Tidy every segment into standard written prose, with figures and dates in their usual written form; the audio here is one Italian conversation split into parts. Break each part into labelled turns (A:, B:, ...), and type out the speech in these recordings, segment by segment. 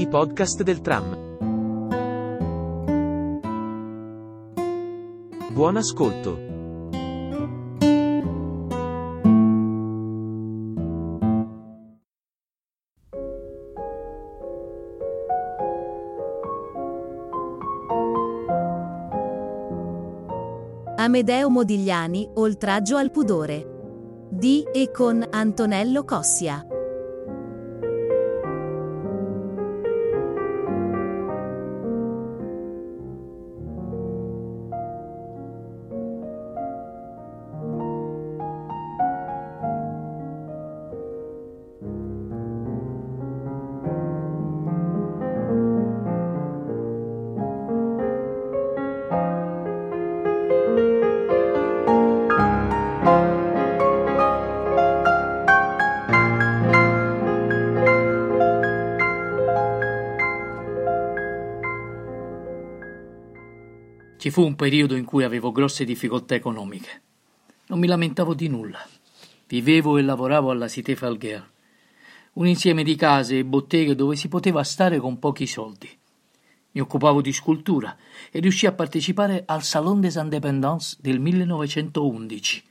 A: I podcast del tram. Buon ascolto.
B: Amedeo Modigliani, Oltraggio al pudore. Di e con Antonello Cossia.
C: Ci fu un periodo in cui avevo grosse difficoltà economiche. Non mi lamentavo di nulla. Vivevo e lavoravo alla Cité Falguière, un insieme di case e botteghe dove si poteva stare con pochi soldi. Mi occupavo di scultura e riuscii a partecipare al Salon des Indépendances del 1911.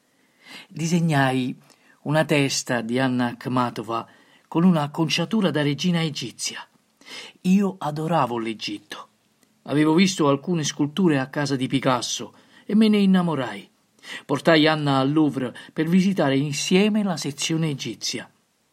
C: Disegnai una testa di Anna Akhmatova con una acconciatura da regina egizia. Io adoravo l'Egitto. Avevo visto alcune sculture a casa di Picasso e me ne innamorai. Portai Anna al Louvre per visitare insieme la sezione egizia.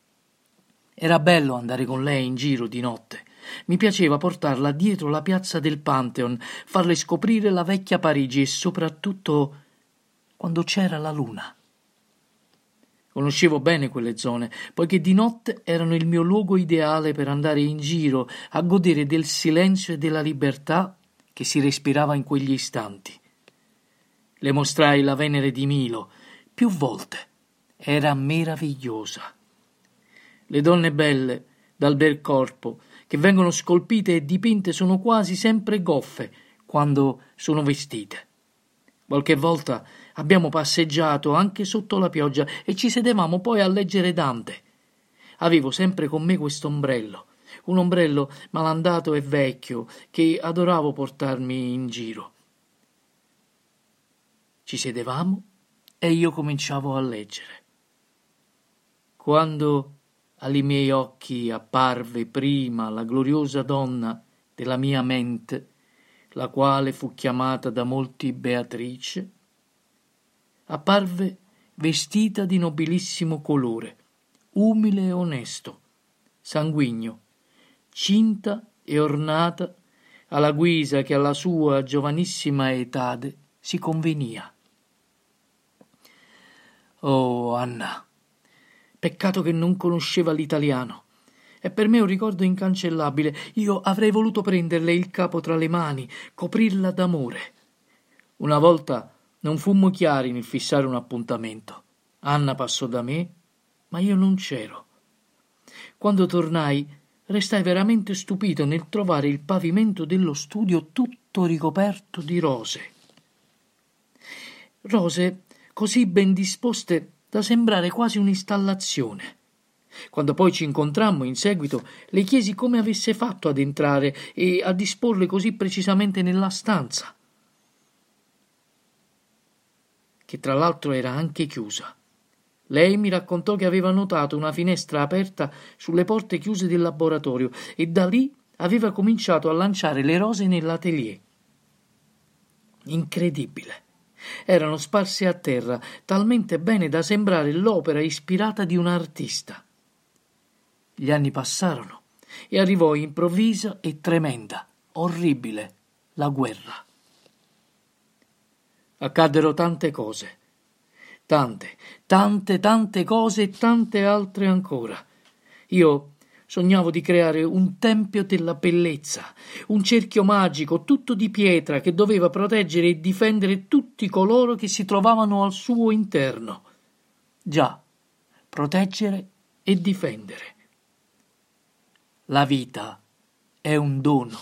C: Era bello andare con lei in giro di notte. Mi piaceva portarla dietro la piazza del Pantheon, farle scoprire la vecchia Parigi e soprattutto quando c'era la luna. Conoscevo bene quelle zone, poiché di notte erano il mio luogo ideale per andare in giro a godere del silenzio e della libertà che si respirava in quegli istanti. Le mostrai la Venere di Milo più volte. Era meravigliosa. Le donne belle, dal bel corpo, che vengono scolpite e dipinte sono quasi sempre goffe quando sono vestite. Qualche volta abbiamo passeggiato anche sotto la pioggia e ci sedevamo poi a leggere Dante. Avevo sempre con me questo ombrello, un ombrello malandato e vecchio che adoravo portarmi in giro. Ci sedevamo e io cominciavo a leggere. Quando ai miei occhi apparve prima la gloriosa donna della mia mente, la quale fu chiamata da molti Beatrice, apparve vestita di nobilissimo colore, umile e onesto, sanguigno, cinta e ornata alla guisa che alla sua giovanissima etade si convenia. Oh, Anna, peccato che non conosceva l'italiano. È per me un ricordo incancellabile. Io avrei voluto prenderle il capo tra le mani, coprirla d'amore. Una volta non fummo chiari nel fissare un appuntamento. Anna passò da me, ma io non c'ero. Quando tornai, restai veramente stupito nel trovare il pavimento dello studio tutto ricoperto di rose. Rose così ben disposte da sembrare quasi un'installazione. Quando poi ci incontrammo in seguito, le chiesi come avesse fatto ad entrare e a disporle così precisamente nella stanza, che tra l'altro era anche chiusa. Lei mi raccontò che aveva notato una finestra aperta sulle porte chiuse del laboratorio e da lì aveva cominciato a lanciare le rose nell'atelier. Incredibile! Erano sparse a terra, talmente bene da sembrare l'opera ispirata di un artista. Gli anni passarono e arrivò improvvisa e tremenda, orribile, la guerra. Accaddero tante cose, tante cose e tante altre ancora. Io sognavo di creare un tempio della bellezza, un cerchio magico tutto di pietra che doveva proteggere e difendere tutti coloro che si trovavano al suo interno. Già, proteggere e difendere. La vita è un dono.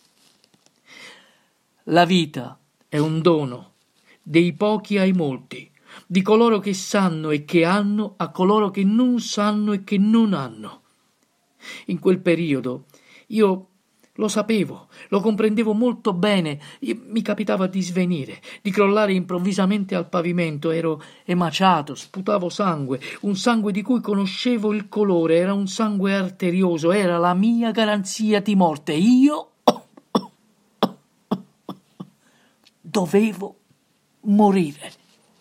C: La vita è un dono dei pochi ai molti, di coloro che sanno e che hanno a coloro che non sanno e che non hanno. In quel periodo Io lo sapevo, lo comprendevo molto bene. Mi capitava di svenire, di crollare improvvisamente al pavimento. Ero emaciato, sputavo sangue, un sangue di cui conoscevo il colore. Era un sangue arterioso, era la mia garanzia di morte. Io dovevo morire.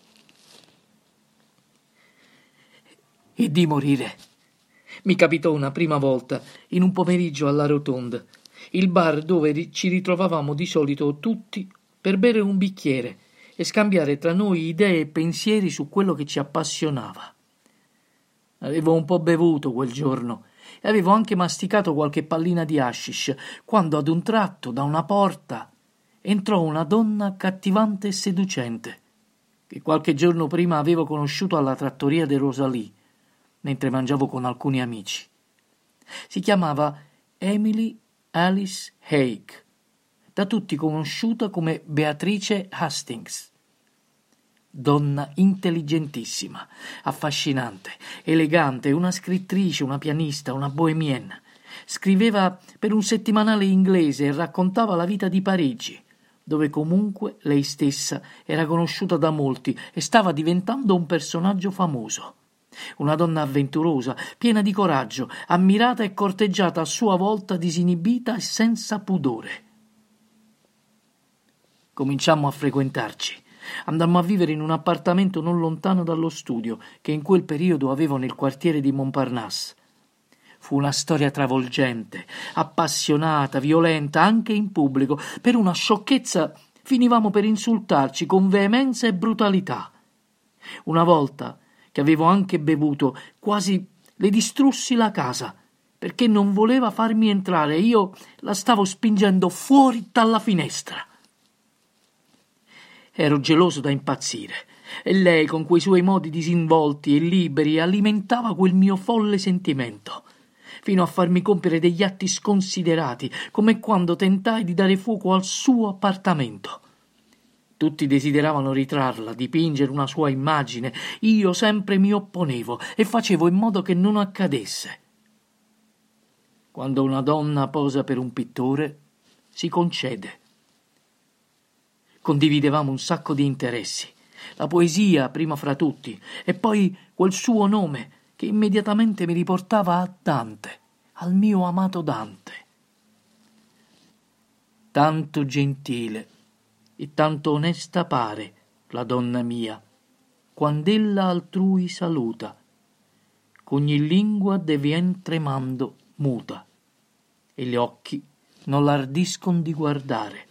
C: E di morire mi capitò una prima volta in un pomeriggio alla Rotonda, il bar dove ci ritrovavamo di solito tutti per bere un bicchiere e scambiare tra noi idee e pensieri su quello che ci appassionava. Avevo un po' bevuto quel giorno e avevo anche masticato qualche pallina di hashish quando ad un tratto da una porta entrò una donna accattivante e seducente che qualche giorno prima avevo conosciuto alla trattoria de Rosalie mentre mangiavo con alcuni amici. Si chiamava Emily Alice Hake, da tutti conosciuta come Beatrice Hastings. Donna intelligentissima, affascinante, elegante, una scrittrice, una pianista, una bohemienne. Scriveva per un settimanale inglese e raccontava la vita di Parigi, dove comunque lei stessa era conosciuta da molti e stava diventando un personaggio famoso. Una donna avventurosa, piena di coraggio, ammirata e corteggiata a sua volta, disinibita e senza pudore. Cominciammo a frequentarci. Andammo a vivere in un appartamento non lontano dallo studio che in quel periodo avevo nel quartiere di Montparnasse. Fu una storia travolgente, appassionata, violenta, anche in pubblico. Per una sciocchezza finivamo per insultarci con veemenza e brutalità. Una volta che avevo anche bevuto, quasi le distrussi la casa, perché non voleva farmi entrare. Io la stavo spingendo fuori dalla finestra. Ero geloso da impazzire, e lei, con quei suoi modi disinvolti e liberi, alimentava quel mio folle sentimento, fino a farmi compiere degli atti sconsiderati, come quando tentai di dare fuoco al suo appartamento. Tutti desideravano ritrarla, dipingere una sua immagine. Io sempre mi opponevo e facevo in modo che non accadesse. Quando una donna posa per un pittore, si concede. Condividevamo un sacco di interessi. La poesia prima fra tutti, e poi quel suo nome che immediatamente mi riportava a Dante, al mio amato Dante. Tanto gentile e tanto onesta pare la donna mia, quand'ella altrui saluta, ch'ogni lingua devien tremando muta, e gli occhi non l'ardiscon di guardare.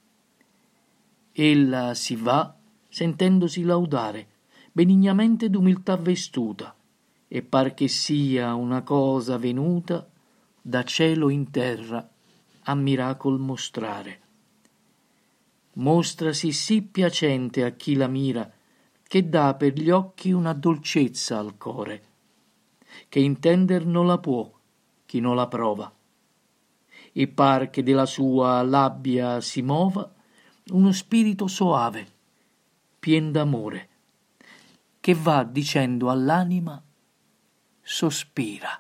C: Ella si va sentendosi laudare, benignamente d'umiltà vestuta, e par che sia una cosa venuta da cielo in terra a miracol mostrare. Mostrasi sì piacente a chi la mira, che dà per gli occhi una dolcezza al core, che intender non la può chi non la prova, e par che della sua labbia si mova uno spirito soave, pien d'amore, che va dicendo all'anima sospira.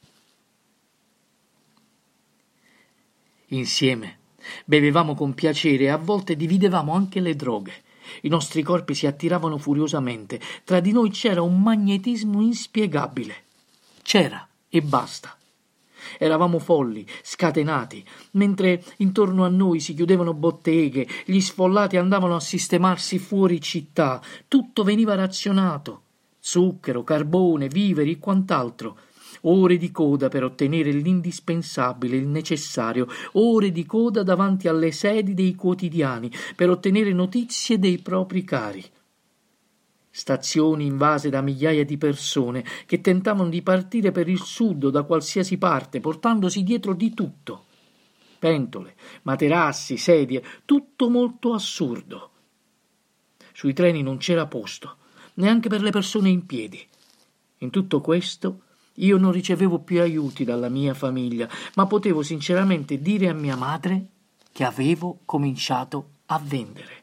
C: Insieme bevevamo con piacere e a volte dividevamo anche le droghe. I nostri corpi si attiravano furiosamente. Tra di noi c'era un magnetismo inspiegabile. C'era e basta. Eravamo folli, scatenati, mentre intorno a noi si chiudevano botteghe, gli sfollati andavano a sistemarsi fuori città, tutto veniva razionato. Zucchero, carbone, viveri e quant'altro. Ore di coda per ottenere l'indispensabile, il necessario, ore di coda davanti alle sedi dei quotidiani per ottenere notizie dei propri cari. Stazioni invase da migliaia di persone che tentavano di partire per il sud o da qualsiasi parte, portandosi dietro di tutto. Pentole, materassi, sedie, tutto molto assurdo. Sui treni non c'era posto, neanche per le persone in piedi. In tutto questo io non ricevevo più aiuti dalla mia famiglia, ma potevo sinceramente dire a mia madre che avevo cominciato a vendere.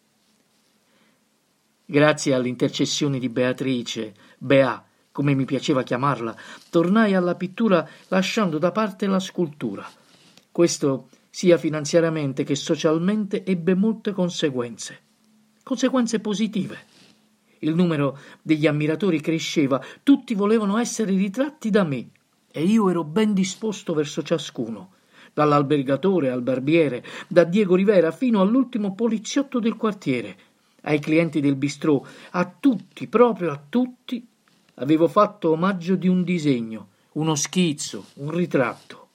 C: Grazie all'intercessione di Beatrice, Bea, come mi piaceva chiamarla, tornai alla pittura lasciando da parte la scultura. Questo sia finanziariamente che socialmente ebbe molte conseguenze positive. Il numero degli ammiratori cresceva, tutti volevano essere ritratti da me e io ero ben disposto verso ciascuno, dall'albergatore al barbiere, da Diego Rivera fino all'ultimo poliziotto del quartiere, ai clienti del bistrò, a tutti, proprio a tutti, avevo fatto omaggio di un disegno, uno schizzo, un ritratto.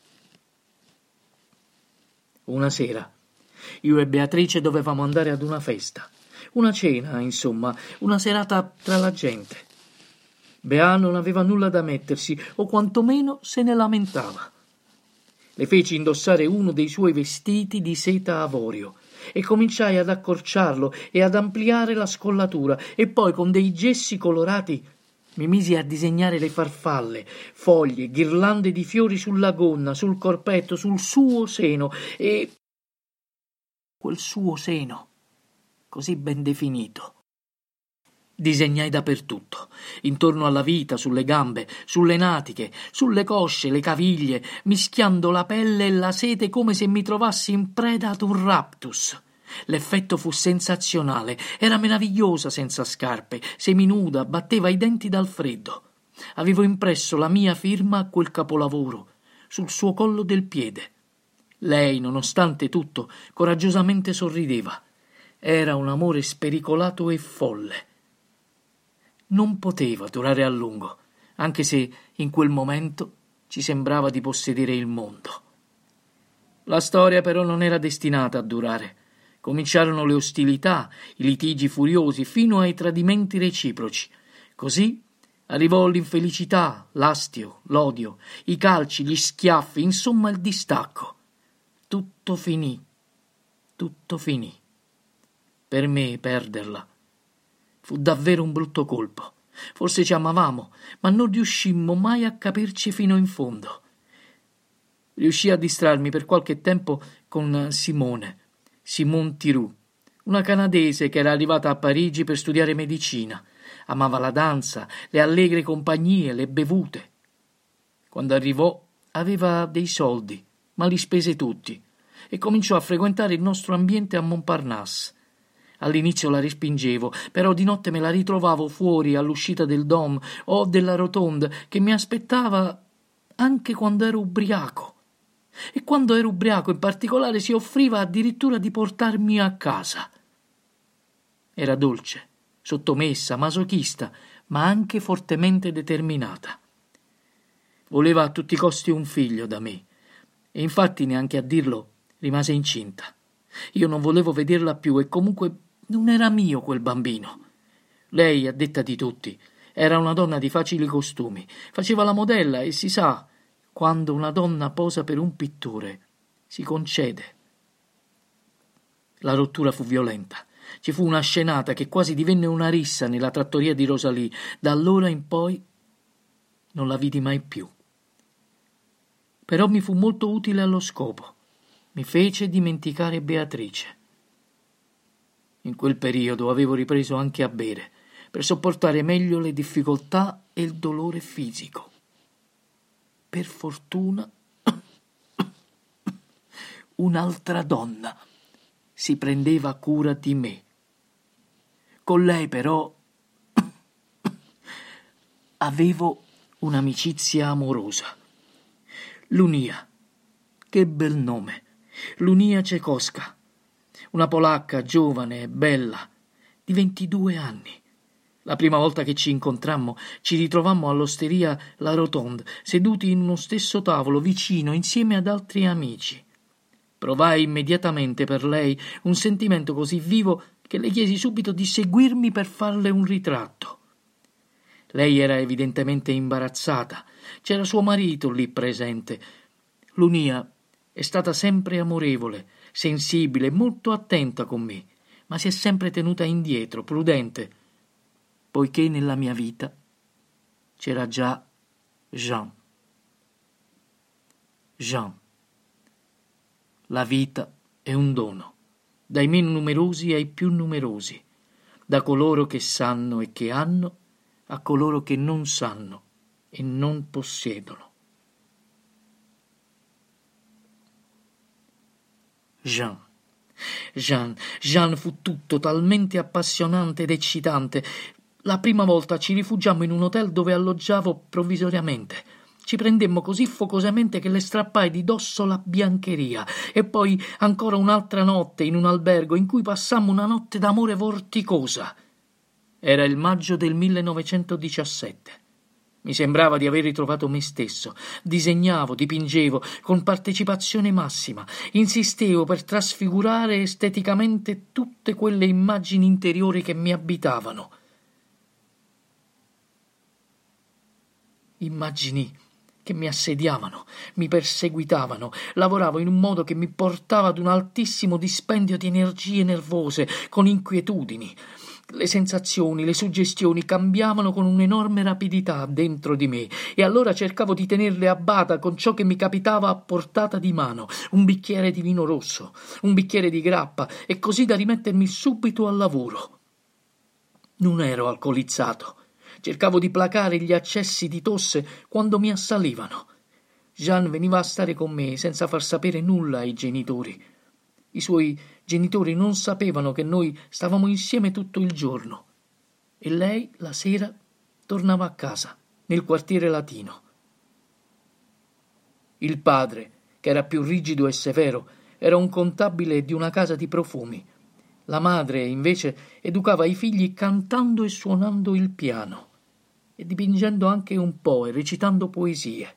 C: Una sera, io e Beatrice dovevamo andare ad una festa. Una cena, insomma, una serata tra la gente. Bea non aveva nulla da mettersi, o quantomeno se ne lamentava. Le feci indossare uno dei suoi vestiti di seta avorio e cominciai ad accorciarlo e ad ampliare la scollatura, e poi con dei gessi colorati mi misi a disegnare le farfalle, foglie, ghirlande di fiori sulla gonna, sul corpetto, sul suo seno, e quel suo seno così ben definito. Disegnai dappertutto, intorno alla vita, sulle gambe, sulle natiche, sulle cosce, le caviglie, mischiando la pelle e la sete come se mi trovassi in preda ad un raptus. L'effetto fu sensazionale, era meravigliosa senza scarpe, seminuda, batteva i denti dal freddo. Avevo impresso la mia firma a quel capolavoro, sul suo collo del piede. Lei, nonostante tutto, coraggiosamente sorrideva. Era un amore spericolato e folle. Non poteva durare a lungo, anche se in quel momento ci sembrava di possedere il mondo. La storia però non era destinata a durare. Cominciarono le ostilità, i litigi furiosi, fino ai tradimenti reciproci. Così arrivò l'infelicità, l'astio, l'odio, i calci, gli schiaffi, insomma il distacco. Tutto finì. Per me perderla fu davvero un brutto colpo. Forse ci amavamo, ma non riuscimmo mai a capirci fino in fondo. Riuscii a distrarmi per qualche tempo con Simone Thiroux, una canadese che era arrivata a Parigi per studiare medicina. Amava la danza, le allegre compagnie, le bevute. Quando arrivò aveva dei soldi, ma li spese tutti, e cominciò a frequentare il nostro ambiente a Montparnasse. All'inizio la respingevo, però di notte me la ritrovavo fuori all'uscita del Dôme o della Rotonde, che mi aspettava anche quando ero ubriaco. E quando ero ubriaco in particolare si offriva addirittura di portarmi a casa. Era dolce, sottomessa, masochista, ma anche fortemente determinata. Voleva a tutti i costi un figlio da me, e infatti, neanche a dirlo, rimase incinta. Io non volevo vederla più, e comunque non era mio quel bambino. Lei, a detta di tutti, era una donna di facili costumi, faceva la modella e si sa, quando una donna posa per un pittore, si concede. La rottura fu violenta. Ci fu una scenata che quasi divenne una rissa nella trattoria di Rosalie. Da allora in poi non la vidi mai più. Però mi fu molto utile allo scopo. Mi fece dimenticare Beatrice. In quel periodo avevo ripreso anche a bere, per sopportare meglio le difficoltà e il dolore fisico. Per fortuna, un'altra donna si prendeva cura di me. Con lei però avevo un'amicizia amorosa. Lunia, che bel nome, Lunia Cekowska, una polacca giovane e bella, di 22 anni. La prima volta che ci incontrammo ci ritrovammo all'osteria La Rotonde, seduti in uno stesso tavolo vicino insieme ad altri amici. Provai immediatamente per lei un sentimento così vivo che le chiesi subito di seguirmi per farle un ritratto. Lei era evidentemente imbarazzata, c'era suo marito lì presente. Lunia è stata sempre amorevole, sensibile, molto attenta con me, ma si è sempre tenuta indietro, prudente, poiché nella mia vita c'era già Jean. Jean. La vita è un dono, dai meno numerosi ai più numerosi, da coloro che sanno e che hanno a coloro che non sanno e non possiedono. Jean. Jean fu tutto talmente appassionante ed eccitante. La prima volta ci rifugiammo in un hotel dove alloggiavo provvisoriamente. Ci prendemmo così focosamente che le strappai di dosso la biancheria, e poi ancora un'altra notte in un albergo in cui passammo una notte d'amore vorticosa. Era il maggio del 1917. Mi sembrava di aver ritrovato me stesso. Disegnavo, dipingevo con partecipazione massima. Insistevo per trasfigurare esteticamente tutte quelle immagini interiori che mi abitavano. Immagini che mi assediavano, mi perseguitavano. Lavoravo in un modo che mi portava ad un altissimo dispendio di energie nervose, con inquietudini. Le sensazioni, le suggestioni cambiavano con un'enorme rapidità dentro di me, e allora cercavo di tenerle a bada con ciò che mi capitava a portata di mano: un bicchiere di vino rosso, un bicchiere di grappa, e così da rimettermi subito al lavoro. Non ero alcolizzato. Cercavo di placare gli accessi di tosse quando mi assalivano. Jean veniva a stare con me senza far sapere nulla ai genitori. I suoi genitori non sapevano che noi stavamo insieme tutto il giorno, e lei la sera tornava a casa, nel quartiere latino. Il padre, che era più rigido e severo, era un contabile di una casa di profumi. La madre, invece, educava i figli cantando e suonando il piano, e dipingendo anche un po' e recitando poesie.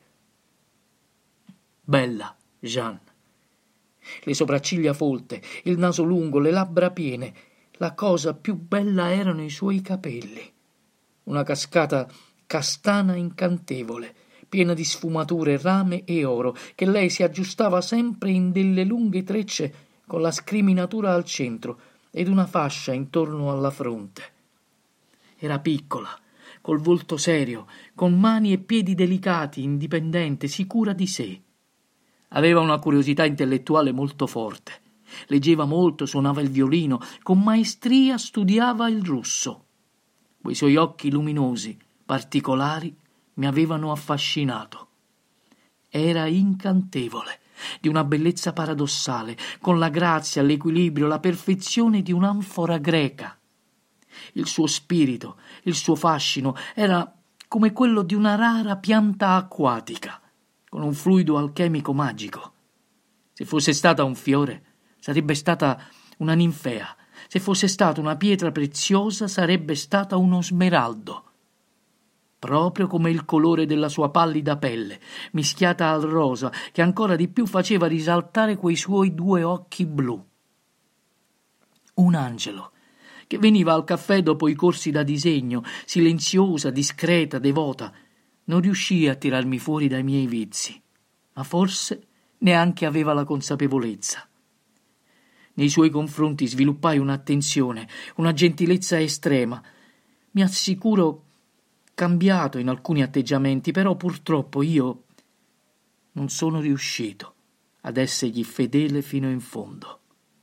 C: Bella, Jean. Le sopracciglia folte, il naso lungo, le labbra piene. La cosa più bella erano i suoi capelli. Una cascata castana incantevole, piena di sfumature, rame e oro, che lei si aggiustava sempre in delle lunghe trecce con la scriminatura al centro ed una fascia intorno alla fronte. Era piccola, col volto serio, con mani e piedi delicati, indipendente, sicura di sé. Aveva una curiosità intellettuale molto forte. Leggeva molto, suonava il violino, con maestria studiava il russo. Quei suoi occhi luminosi, particolari, mi avevano affascinato. Era incantevole, di una bellezza paradossale, con la grazia, l'equilibrio, la perfezione di un'anfora greca. Il suo spirito, il suo fascino era come quello di una rara pianta acquatica, con un fluido alchemico magico. Se fosse stata un fiore, sarebbe stata una ninfea. Se fosse stata una pietra preziosa, sarebbe stata uno smeraldo. Proprio come il colore della sua pallida pelle, mischiata al rosa, che ancora di più faceva risaltare quei suoi 2 occhi blu. Un angelo, che veniva al caffè dopo i corsi da disegno, silenziosa, discreta, devota. Non riuscì a tirarmi fuori dai miei vizi, ma forse neanche aveva la consapevolezza. Nei suoi confronti sviluppai un'attenzione, una gentilezza estrema. Mi assicuro cambiato in alcuni atteggiamenti, però purtroppo io non sono riuscito ad essergli fedele fino in fondo.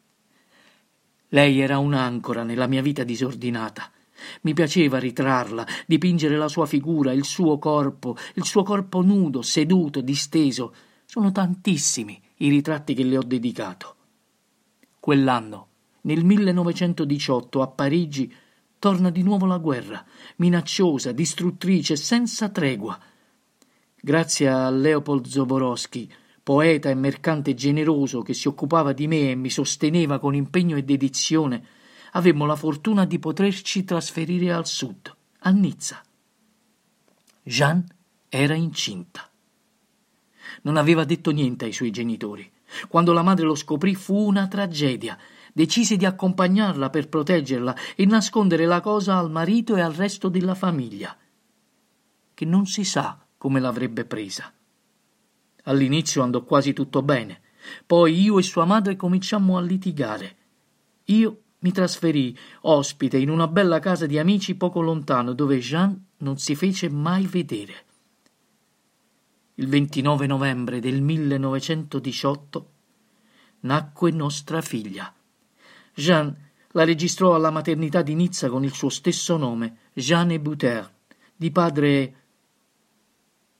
C: Lei era un'ancora nella mia vita disordinata. Mi piaceva ritrarla, dipingere la sua figura, il suo corpo nudo, seduto, disteso. Sono tantissimi i ritratti che le ho dedicato. Quell'anno, nel 1918, a Parigi, torna di nuovo la guerra, minacciosa, distruttrice, senza tregua. Grazie a Leopold Zoborowski, poeta e mercante generoso che si occupava di me e mi sosteneva con impegno e dedizione, avemmo la fortuna di poterci trasferire al sud, a Nizza. Jeanne era incinta. Non aveva detto niente ai suoi genitori. Quando la madre lo scoprì fu una tragedia. Decise di accompagnarla per proteggerla e nascondere la cosa al marito e al resto della famiglia, che non si sa come l'avrebbe presa. All'inizio andò quasi tutto bene. Poi io e sua madre cominciammo a litigare. Io mi trasferii ospite in una bella casa di amici poco lontano, dove Jean non si fece mai vedere. Il 29 novembre del 1918 nacque nostra figlia. Jean la registrò alla maternità di Nizza con il suo stesso nome, Jeanne Buter, di padre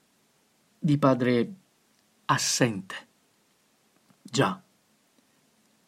C: assente. Già,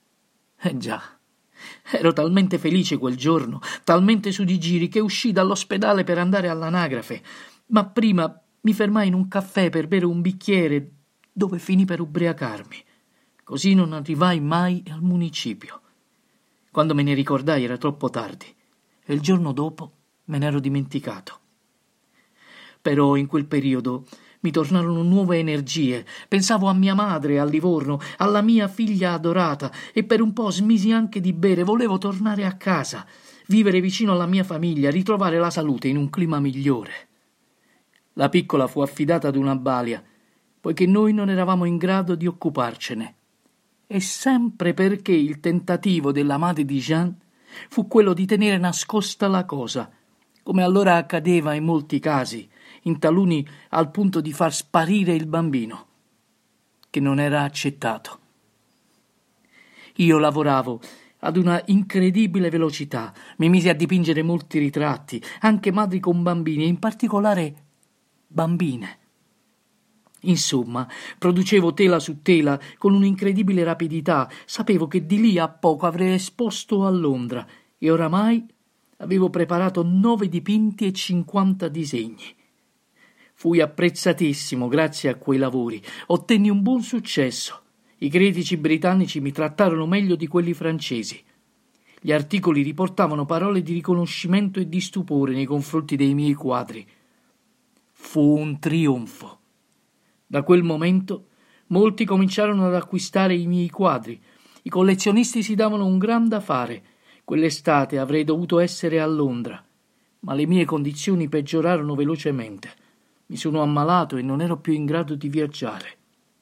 C: Già, ero talmente felice quel giorno, talmente su di giri, che uscii dall'ospedale per andare all'anagrafe, ma prima mi fermai in un caffè per bere un bicchiere, dove finì per ubriacarmi. Così non arrivai mai al municipio. Quando me ne ricordai era troppo tardi e il giorno dopo me n'ero dimenticato. Però in quel periodo mi tornarono nuove energie. Pensavo a mia madre a Livorno, alla mia figlia adorata, e per un po' smisi anche di bere. Volevo tornare a casa, vivere vicino alla mia famiglia, ritrovare la salute in un clima migliore. La piccola fu affidata ad una balia, poiché noi non eravamo in grado di occuparcene. E sempre perché il tentativo della madre di Jean fu quello di tenere nascosta la cosa, come allora accadeva in molti casi, in taluni al punto di far sparire il bambino, che non era accettato. Io lavoravo ad una incredibile velocità, mi misi a dipingere molti ritratti, anche madri con bambini, e in particolare bambine. Insomma, producevo tela su tela con un'incredibile rapidità. Sapevo che di lì a poco avrei esposto a Londra e oramai avevo preparato 9 dipinti e 50 disegni. Fui apprezzatissimo grazie a quei lavori. Ottenni un buon successo. I critici britannici mi trattarono meglio di quelli francesi. Gli articoli riportavano parole di riconoscimento e di stupore nei confronti dei miei quadri. Fu un trionfo. Da quel momento molti cominciarono ad acquistare i miei quadri. I collezionisti si davano un gran da fare. Quell'estate avrei dovuto essere a Londra, ma le mie condizioni peggiorarono velocemente. Mi sono ammalato e non ero più in grado di viaggiare.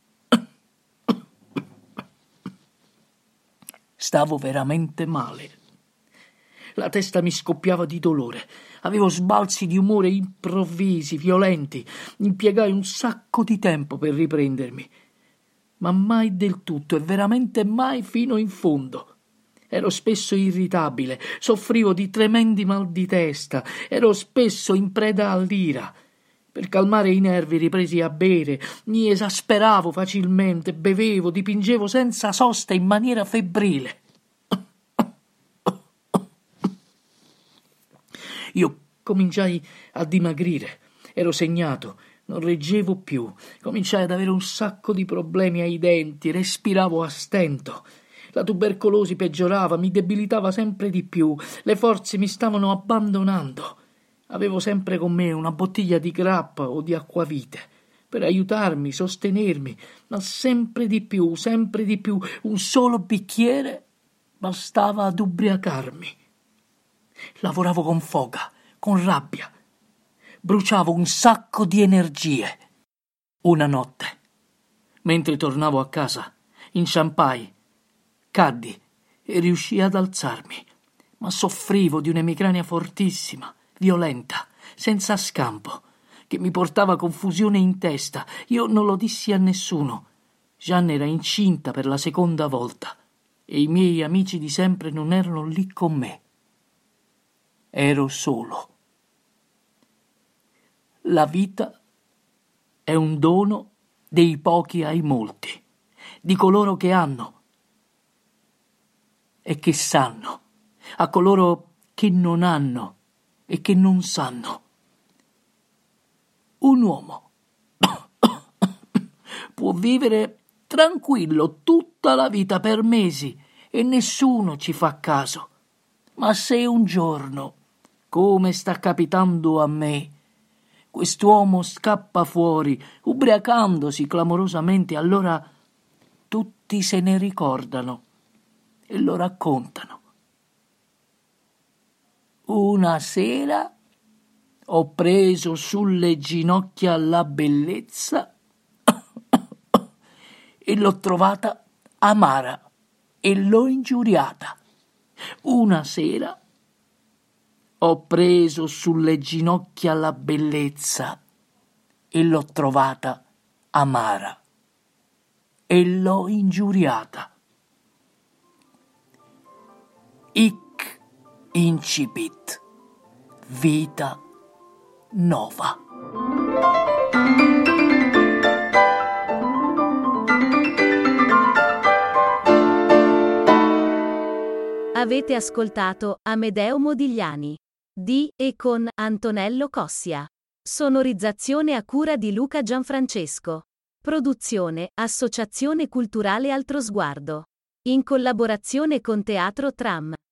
C: Stavo veramente male. La testa mi scoppiava di dolore. Avevo sbalzi di umore improvvisi, violenti. Impiegai un sacco di tempo per riprendermi, ma mai del tutto e veramente mai fino in fondo. Ero spesso irritabile, soffrivo di tremendi mal di testa, ero spesso in preda all'ira. Per calmare i nervi ripresi a bere, mi esasperavo facilmente, bevevo, dipingevo senza sosta in maniera febbrile. Io cominciai a dimagrire, ero segnato, non reggevo più, cominciai ad avere un sacco di problemi ai denti, respiravo a stento. La tubercolosi peggiorava, mi debilitava sempre di più, le forze mi stavano abbandonando. Avevo sempre con me una bottiglia di grappa o di acquavite per aiutarmi, sostenermi, ma sempre di più, un solo bicchiere bastava ad ubriacarmi. Lavoravo con foga, con rabbia, bruciavo un sacco di energie. Una notte, mentre tornavo a casa, inciampai, caddi e riuscii ad alzarmi, ma soffrivo di un'emicrania fortissima, violenta, senza scampo, che mi portava confusione in testa. Io non lo dissi a nessuno. Jeanne era incinta per la seconda volta e i miei amici di sempre non erano lì con me. Ero solo. La vita è un dono dei pochi ai molti, di coloro che hanno e che sanno, a coloro che non hanno e che non sanno. Un uomo può vivere tranquillo tutta la vita per mesi e nessuno ci fa caso. Ma se un giorno, come sta capitando a me, quest'uomo scappa fuori, ubriacandosi clamorosamente, allora tutti se ne ricordano e lo raccontano. Una sera ho preso sulle ginocchia la bellezza e l'ho trovata amara e l'ho ingiuriata. Una sera ho preso sulle ginocchia la bellezza e l'ho trovata amara e l'ho ingiuriata. Hic incipit vita nova.
B: Avete ascoltato Amedeo Modigliani di e con Antonello Cossia. Sonorizzazione a cura di Luca Gianfrancesco. Produzione Associazione Culturale Altro Sguardo. In collaborazione con Teatro Tram.